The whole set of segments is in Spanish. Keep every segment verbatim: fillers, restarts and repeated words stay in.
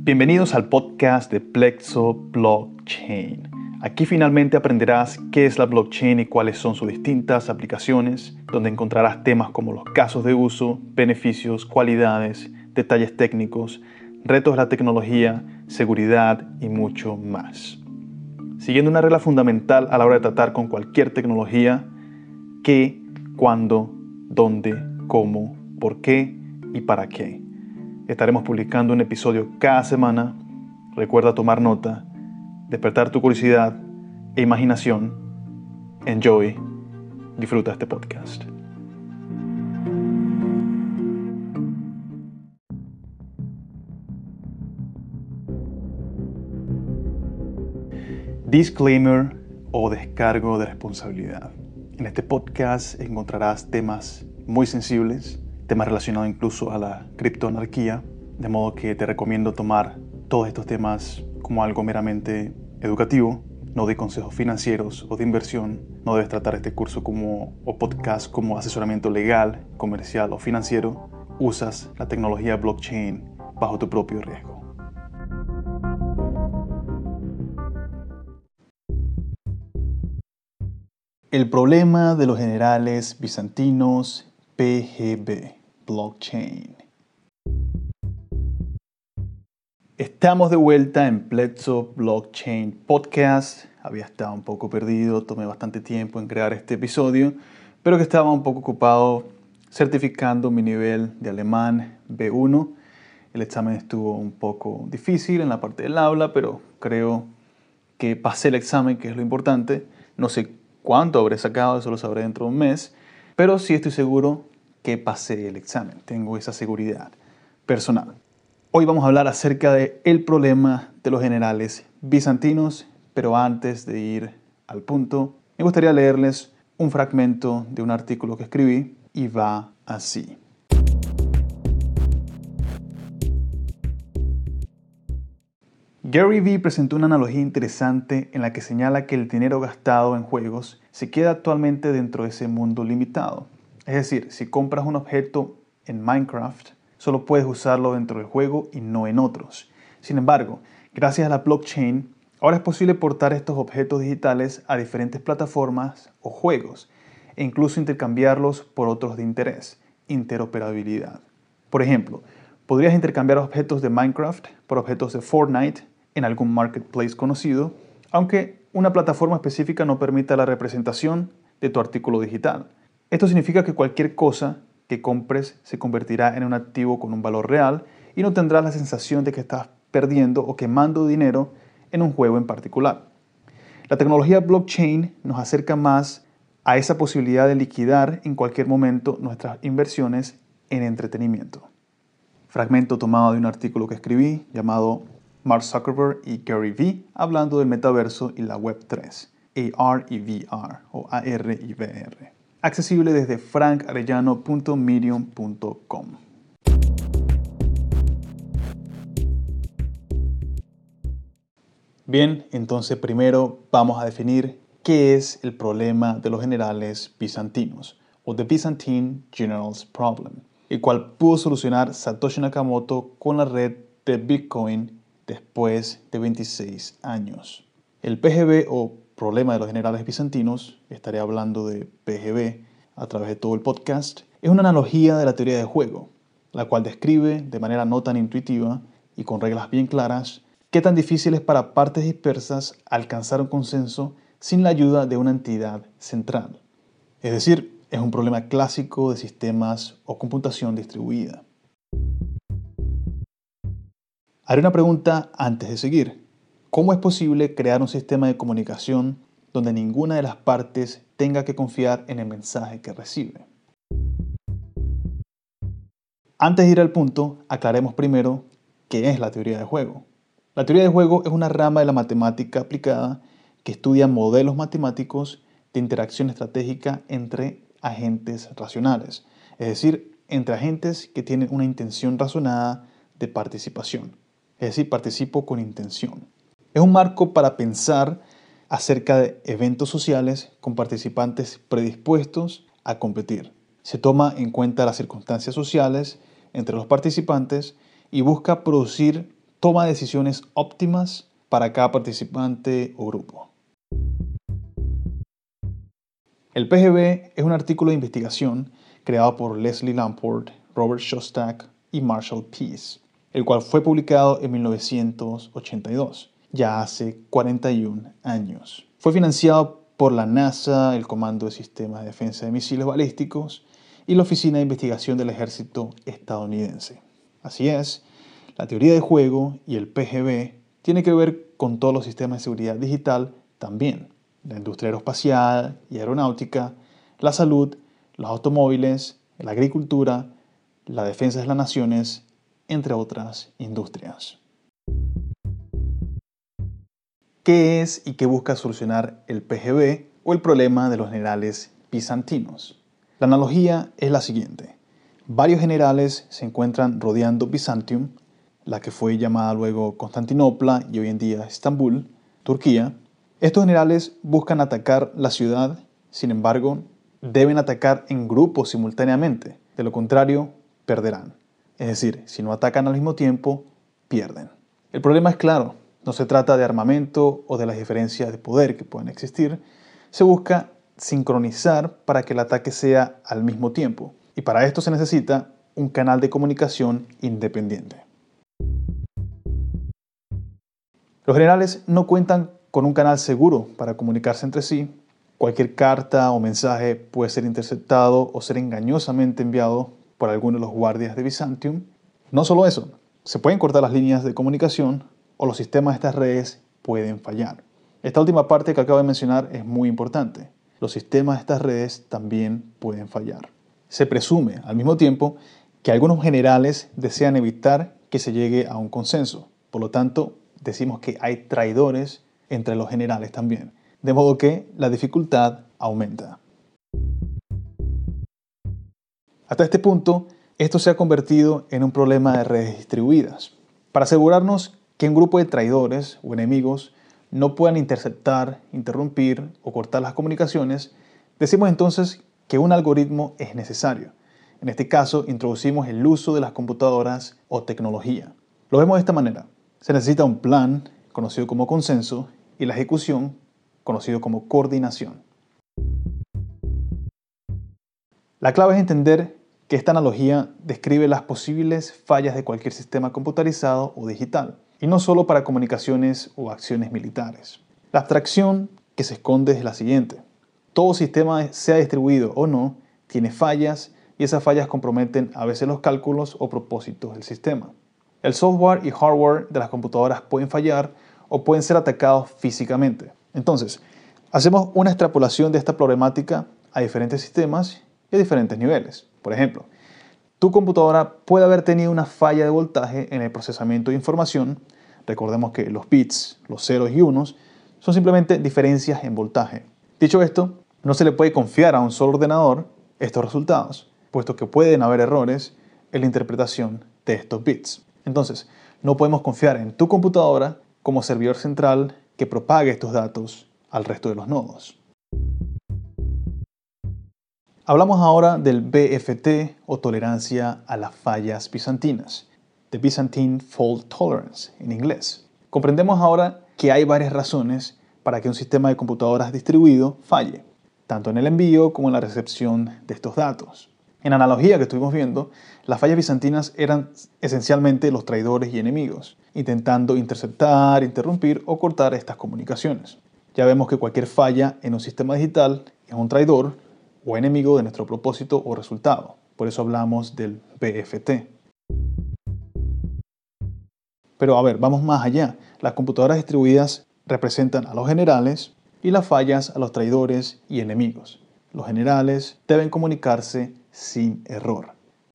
Bienvenidos al podcast de Plexo Blockchain. Aquí finalmente aprenderás qué es la blockchain y cuáles son sus distintas aplicaciones, donde encontrarás temas como los casos de uso, beneficios, cualidades, detalles técnicos, retos de la tecnología, seguridad y mucho más. Siguiendo una regla fundamental a la hora de tratar con cualquier tecnología: qué, cuándo, dónde, cómo, por qué y para qué. Estaremos publicando un episodio cada semana. Recuerda tomar nota, despertar tu curiosidad e imaginación. Enjoy. Disfruta este podcast. Disclaimer o descargo de responsabilidad. En este podcast encontrarás temas muy sensibles, temas relacionados incluso a la criptoanarquía, de modo que te recomiendo tomar todos estos temas como algo meramente educativo. No de consejos financieros o de inversión. No debes tratar este curso como, o podcast como asesoramiento legal, comercial o financiero. Usas la tecnología blockchain bajo tu propio riesgo. El problema de los generales bizantinos, P G B, blockchain. Estamos de vuelta en Plexo Blockchain Podcast. Había estado un poco perdido, tomé bastante tiempo en crear este episodio, pero que estaba un poco ocupado certificando mi nivel de alemán B uno. El examen estuvo un poco difícil en la parte del habla, pero creo que pasé el examen, que es lo importante. No sé cuánto habré sacado, eso lo sabré dentro de un mes, pero sí estoy seguro que pasé el examen. Tengo esa seguridad personal. Hoy vamos a hablar acerca del problema de los generales bizantinos, pero antes de ir al punto, me gustaría leerles un fragmento de un artículo que escribí y va así. Gary Vee presentó una analogía interesante en la que señala que el dinero gastado en juegos se queda actualmente dentro de ese mundo limitado. Es decir, si compras un objeto en Minecraft, solo puedes usarlo dentro del juego y no en otros. Sin embargo, gracias a la blockchain, ahora es posible portar estos objetos digitales a diferentes plataformas o juegos, e incluso intercambiarlos por otros de interés, interoperabilidad. Por ejemplo, podrías intercambiar objetos de Minecraft por objetos de Fortnite en algún marketplace conocido, aunque una plataforma específica no permita la representación de tu artículo digital. Esto significa que cualquier cosa que compres se convertirá en un activo con un valor real y no tendrás la sensación de que estás perdiendo o quemando dinero en un juego en particular. La tecnología blockchain nos acerca más a esa posibilidad de liquidar en cualquier momento nuestras inversiones en entretenimiento. Fragmento tomado de un artículo que escribí llamado Mark Zuckerberg y Gary Vee hablando del metaverso y la web tres, A R y V R o A R y V R. Accesible desde frank arellano punto medium punto com. Bien, entonces primero vamos a definir qué es el problema de los generales bizantinos, o The Byzantine Generals Problem, el cual pudo solucionar Satoshi Nakamoto con la red de Bitcoin después de veintiséis años. El P G B o problema de los generales bizantinos, estaré hablando de P G B a través de todo el podcast, es una analogía de la teoría de juego, la cual describe de manera no tan intuitiva y con reglas bien claras qué tan difícil es para partes dispersas alcanzar un consenso sin la ayuda de una entidad central. Es decir, es un problema clásico de sistemas o computación distribuida. Haré una pregunta antes de seguir. ¿Cómo es posible crear un sistema de comunicación donde ninguna de las partes tenga que confiar en el mensaje que recibe? Antes de ir al punto, aclaremos primero qué es la teoría de juego. La teoría de juego es una rama de la matemática aplicada que estudia modelos matemáticos de interacción estratégica entre agentes racionales, es decir, entre agentes que tienen una intención razonada de participación, es decir, participo con intención. Es un marco para pensar acerca de eventos sociales con participantes predispuestos a competir. Se toma en cuenta las circunstancias sociales entre los participantes y busca producir toma decisiones óptimas para cada participante o grupo. El P G B es un artículo de investigación creado por Leslie Lamport, Robert Shostak y Marshall Pease, el cual fue publicado en mil novecientos ochenta y dos, ya hace cuarenta y un años. Fue financiado por la NASA, el Comando de Sistemas de Defensa de Misiles Balísticos y la Oficina de Investigación del Ejército estadounidense. Así es, la teoría de juego y el P G B tiene que ver con todos los sistemas de seguridad digital también. La industria aeroespacial y aeronáutica, la salud, los automóviles, la agricultura, la defensa de las naciones, entre otras industrias. ¿Qué es y qué busca solucionar el P G B o el problema de los generales bizantinos? La analogía es la siguiente. Varios generales se encuentran rodeando Byzantium, la que fue llamada luego Constantinopla y hoy en día Estambul, Turquía. Estos generales buscan atacar la ciudad, sin embargo, deben atacar en grupos simultáneamente. De lo contrario, perderán. Es decir, si no atacan al mismo tiempo, pierden. El problema es claro, no se trata de armamento o de las diferencias de poder que puedan existir. Se busca sincronizar para que el ataque sea al mismo tiempo. Y para esto se necesita un canal de comunicación independiente. Los generales no cuentan con un canal seguro para comunicarse entre sí. Cualquier carta o mensaje puede ser interceptado o ser engañosamente enviado por alguno de los guardias de Byzantium. No solo eso, se pueden cortar las líneas de comunicación o los sistemas de estas redes pueden fallar. Esta última parte que acabo de mencionar es muy importante. Los sistemas de estas redes también pueden fallar. Se presume, al mismo tiempo, que algunos generales desean evitar que se llegue a un consenso. Por lo tanto, decimos que hay traidores entre los generales también. De modo que la dificultad aumenta. Hasta este punto, esto se ha convertido en un problema de redes distribuidas. Para asegurarnos que un grupo de traidores o enemigos no puedan interceptar, interrumpir o cortar las comunicaciones, decimos entonces que un algoritmo es necesario. En este caso, introducimos el uso de las computadoras o tecnología. Lo vemos de esta manera. Se necesita un plan, conocido como consenso, y la ejecución, conocido como coordinación. La clave es entender que esta analogía describe las posibles fallas de cualquier sistema computarizado o digital, y no solo para comunicaciones o acciones militares. La abstracción que se esconde es la siguiente. Todo sistema, sea distribuido o no, tiene fallas y esas fallas comprometen a veces los cálculos o propósitos del sistema. El software y hardware de las computadoras pueden fallar o pueden ser atacados físicamente. Entonces, hacemos una extrapolación de esta problemática a diferentes sistemas y a diferentes niveles. Por ejemplo, tu computadora puede haber tenido una falla de voltaje en el procesamiento de información. Recordemos que los bits, los ceros y unos, son simplemente diferencias en voltaje. Dicho esto, no se le puede confiar a un solo ordenador estos resultados, puesto que pueden haber errores en la interpretación de estos bits. Entonces, no podemos confiar en tu computadora como servidor central que propague estos datos al resto de los nodos. Hablamos ahora del B F T o tolerancia a las fallas bizantinas, The Byzantine Fault Tolerance en inglés. Comprendemos ahora que hay varias razones para que un sistema de computadoras distribuido falle, tanto en el envío como en la recepción de estos datos. En la analogía que estuvimos viendo, las fallas bizantinas eran esencialmente los traidores y enemigos, intentando interceptar, interrumpir o cortar estas comunicaciones. Ya vemos que cualquier falla en un sistema digital es un traidor o enemigo de nuestro propósito o resultado. Por eso hablamos del B F T. Pero a ver, vamos más allá. Las computadoras distribuidas representan a los generales y las fallas a los traidores y enemigos. Los generales deben comunicarse sin error.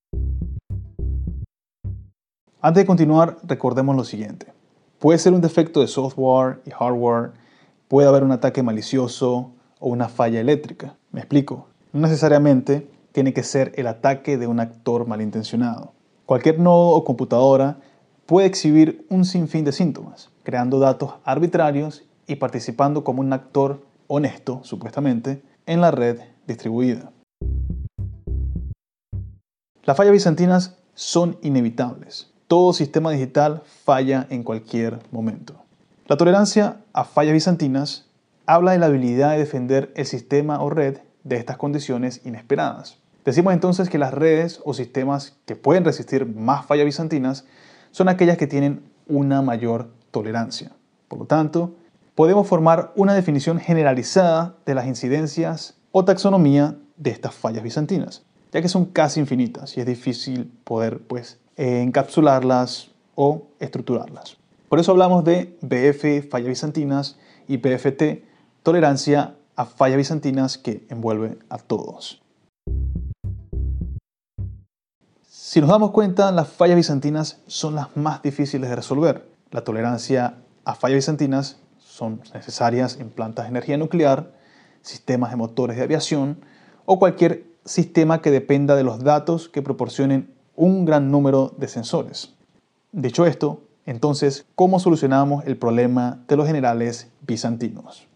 Antes de continuar, recordemos lo siguiente. Puede ser un defecto de software y hardware, puede haber un ataque malicioso o una falla eléctrica. Me explico. No necesariamente tiene que ser el ataque de un actor malintencionado. Cualquier nodo o computadora puede exhibir un sinfín de síntomas, creando datos arbitrarios y participando como un actor honesto, supuestamente, en la red distribuida. Las fallas bizantinas son inevitables. todo sistema digital falla en cualquier momento. La tolerancia a fallas bizantinas habla de la habilidad de defender el sistema o red de estas condiciones inesperadas. Decimos entonces que las redes o sistemas que pueden resistir más fallas bizantinas son aquellas que tienen una mayor tolerancia. Por lo tanto, podemos formar una definición generalizada de las incidencias o taxonomía de estas fallas bizantinas, ya que son casi infinitas y es difícil poder pues, eh, encapsularlas o estructurarlas. Por eso hablamos de B F, fallas bizantinas, y P F T, tolerancia a fallas bizantinas, que envuelve a todos. Si nos damos cuenta, las fallas bizantinas son las más difíciles de resolver. La tolerancia a fallas bizantinas son necesarias en plantas de energía nuclear, sistemas de motores de aviación o cualquier sistema que dependa de los datos que proporcionen un gran número de sensores. Dicho esto, entonces, ¿cómo solucionamos el problema de los generales bizantinos?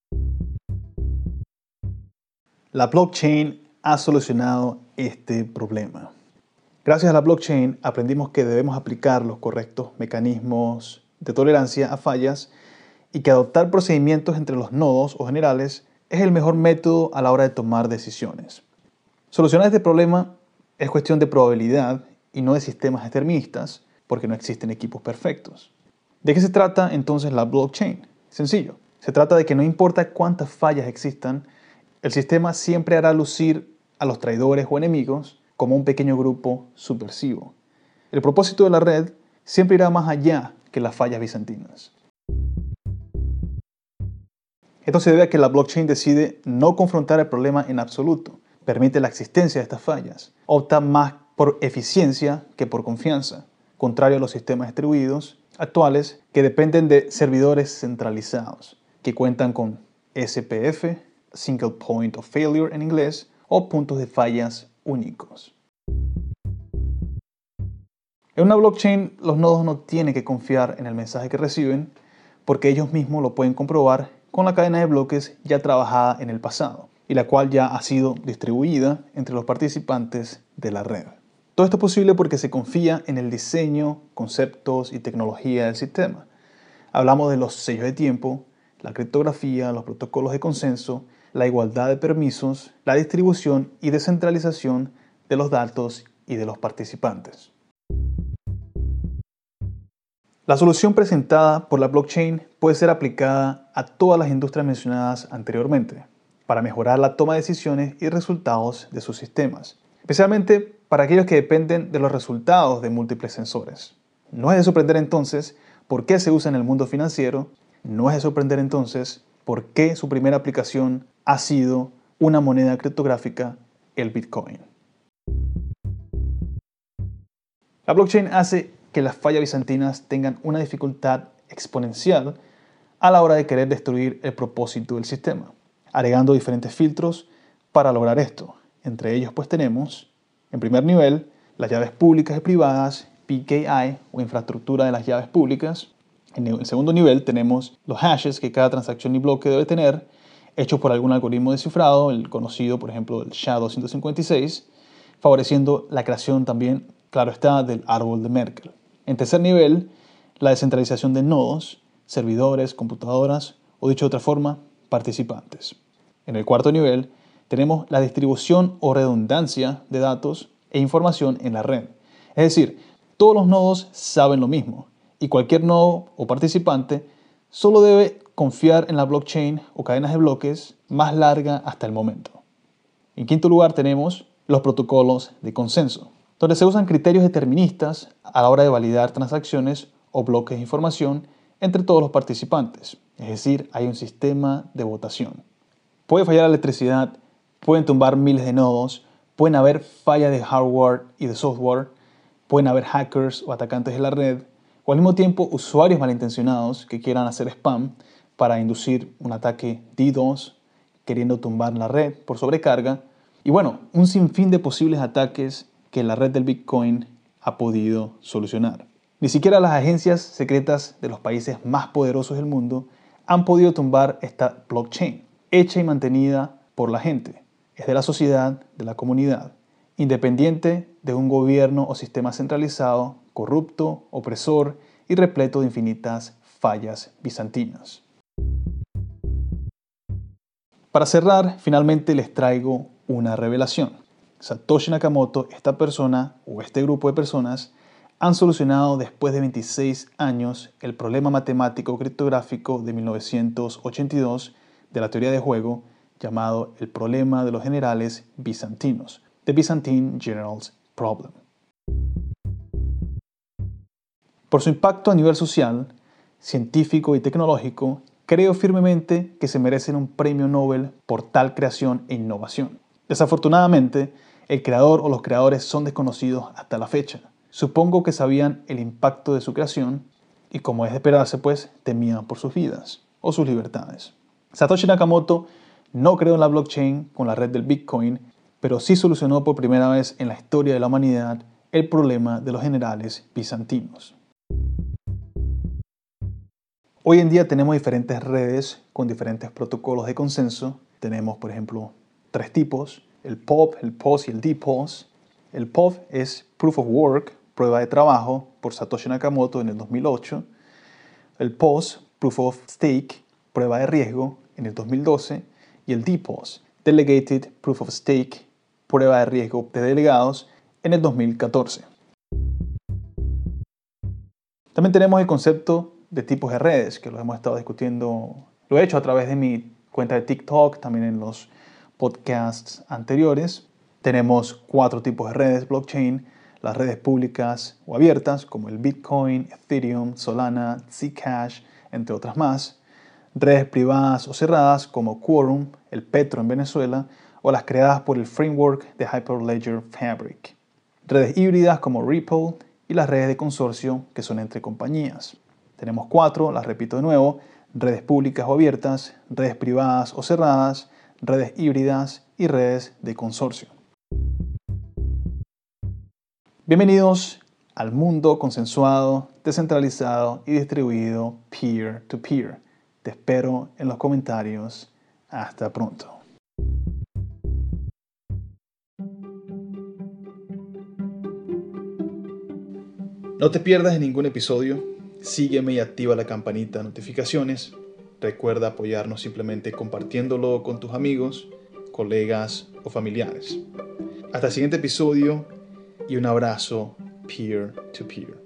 La blockchain ha solucionado este problema. Gracias a la blockchain aprendimos que debemos aplicar los correctos mecanismos de tolerancia a fallas y que adoptar procedimientos entre los nodos o generales es el mejor método a la hora de tomar decisiones. Solucionar este problema es cuestión de probabilidad y no de sistemas deterministas, porque no existen equipos perfectos. ¿De qué se trata entonces la blockchain? Sencillo. Se trata de que no importa cuántas fallas existan, el sistema siempre hará lucir a los traidores o enemigos como un pequeño grupo subversivo. El propósito de la red siempre irá más allá que las fallas bizantinas. Esto se debe a que la blockchain decide no confrontar el problema en absoluto, permite la existencia de estas fallas, opta más por eficiencia que por confianza, contrario a los sistemas distribuidos actuales que dependen de servidores centralizados, que cuentan con S P F, Single Point of Failure en inglés, o puntos de fallas únicos. En una blockchain, los nodos no tienen que confiar en el mensaje que reciben porque ellos mismos lo pueden comprobar con la cadena de bloques ya trabajada en el pasado y la cual ya ha sido distribuida entre los participantes de la red. Todo esto es posible porque se confía en el diseño, conceptos y tecnología del sistema. Hablamos de los sellos de tiempo, la criptografía, los protocolos de consenso, la igualdad de permisos, la distribución y descentralización de los datos y de los participantes. La solución presentada por la blockchain puede ser aplicada a todas las industrias mencionadas anteriormente para mejorar la toma de decisiones y resultados de sus sistemas, especialmente para aquellos que dependen de los resultados de múltiples sensores. No es de sorprender entonces por qué se usa en el mundo financiero, no es de sorprender entonces por qué su primera aplicación ha sido una moneda criptográfica, el Bitcoin. La blockchain hace que las fallas bizantinas tengan una dificultad exponencial a la hora de querer destruir el propósito del sistema, agregando diferentes filtros para lograr esto. Entre ellos pues tenemos, en primer nivel, las llaves públicas y privadas, P K I o infraestructura de las llaves públicas. En el segundo nivel tenemos los hashes que cada transacción y bloque debe tener, hechos por algún algoritmo de cifrado, el conocido por ejemplo el S H A doscientos cincuenta y seis, favoreciendo la creación también, claro está, del árbol de Merkle. En tercer nivel, la descentralización de nodos, servidores, computadoras o dicho de otra forma, participantes. En el cuarto nivel, tenemos la distribución o redundancia de datos e información en la red. Es decir, todos los nodos saben lo mismo y cualquier nodo o participante solo debe confiar en la blockchain o cadenas de bloques más larga hasta el momento. En quinto lugar tenemos los protocolos de consenso, donde se usan criterios deterministas a la hora de validar transacciones o bloques de información entre todos los participantes. Es decir, hay un sistema de votación. Puede fallar la electricidad, pueden tumbar miles de nodos, pueden haber fallas de hardware y de software, pueden haber hackers o atacantes de la red, o al mismo tiempo usuarios malintencionados que quieran hacer spam para inducir un ataque DDoS, queriendo tumbar la red por sobrecarga, y bueno, un sinfín de posibles ataques que la red del Bitcoin ha podido solucionar. Ni siquiera las agencias secretas de los países más poderosos del mundo han podido tumbar esta blockchain, hecha y mantenida por la gente. Es de la sociedad, de la comunidad, independiente de un gobierno o sistema centralizado corrupto, opresor y repleto de infinitas fallas bizantinas. Para cerrar, finalmente les traigo una revelación. Satoshi Nakamoto, esta persona o este grupo de personas, han solucionado después de veintiséis años el problema matemático criptográfico de mil novecientos ochenta y dos de la teoría de juego llamado el problema de los generales bizantinos, The Byzantine Generals Problem. Por su impacto a nivel social, científico y tecnológico, creo firmemente que se merecen un premio Nobel por tal creación e innovación. Desafortunadamente, el creador o los creadores son desconocidos hasta la fecha. Supongo que sabían el impacto de su creación y, como es de esperarse, pues, temían por sus vidas o sus libertades. Satoshi Nakamoto no creó en la blockchain con la red del Bitcoin, pero sí solucionó por primera vez en la historia de la humanidad el problema de los generales bizantinos. Hoy en día tenemos diferentes redes con diferentes protocolos de consenso. Tenemos, por ejemplo, tres tipos: el P O P, el P O S y el D P O S. El P O P es Proof of Work, prueba de trabajo, por Satoshi Nakamoto en el dos mil ocho. El P O S, Proof of Stake, prueba de riesgo, en el dos mil doce. Y el D P O S, Delegated Proof of Stake, prueba de riesgo de delegados, en el dos mil catorce. También tenemos el concepto de tipos de redes, que lo hemos estado discutiendo, lo he hecho a través de mi cuenta de TikTok, también en los podcasts anteriores. Tenemos cuatro tipos de redes blockchain: las redes públicas o abiertas, como el Bitcoin, Ethereum, Solana, Zcash, entre otras más; redes privadas o cerradas, como Quorum, el Petro en Venezuela, o las creadas por el framework de Hyperledger Fabric; redes híbridas como Ripple; y las redes de consorcio, que son entre compañías. Tenemos cuatro, las repito de nuevo: redes públicas o abiertas, redes privadas o cerradas, redes híbridas y redes de consorcio. Bienvenidos al mundo consensuado, descentralizado y distribuido peer-to-peer. Te espero en los comentarios. Hasta pronto. No te pierdas ningún episodio. Sígueme y activa la campanita de notificaciones. Recuerda apoyarnos simplemente compartiéndolo con tus amigos, colegas o familiares. Hasta el siguiente episodio y un abrazo peer-to-peer.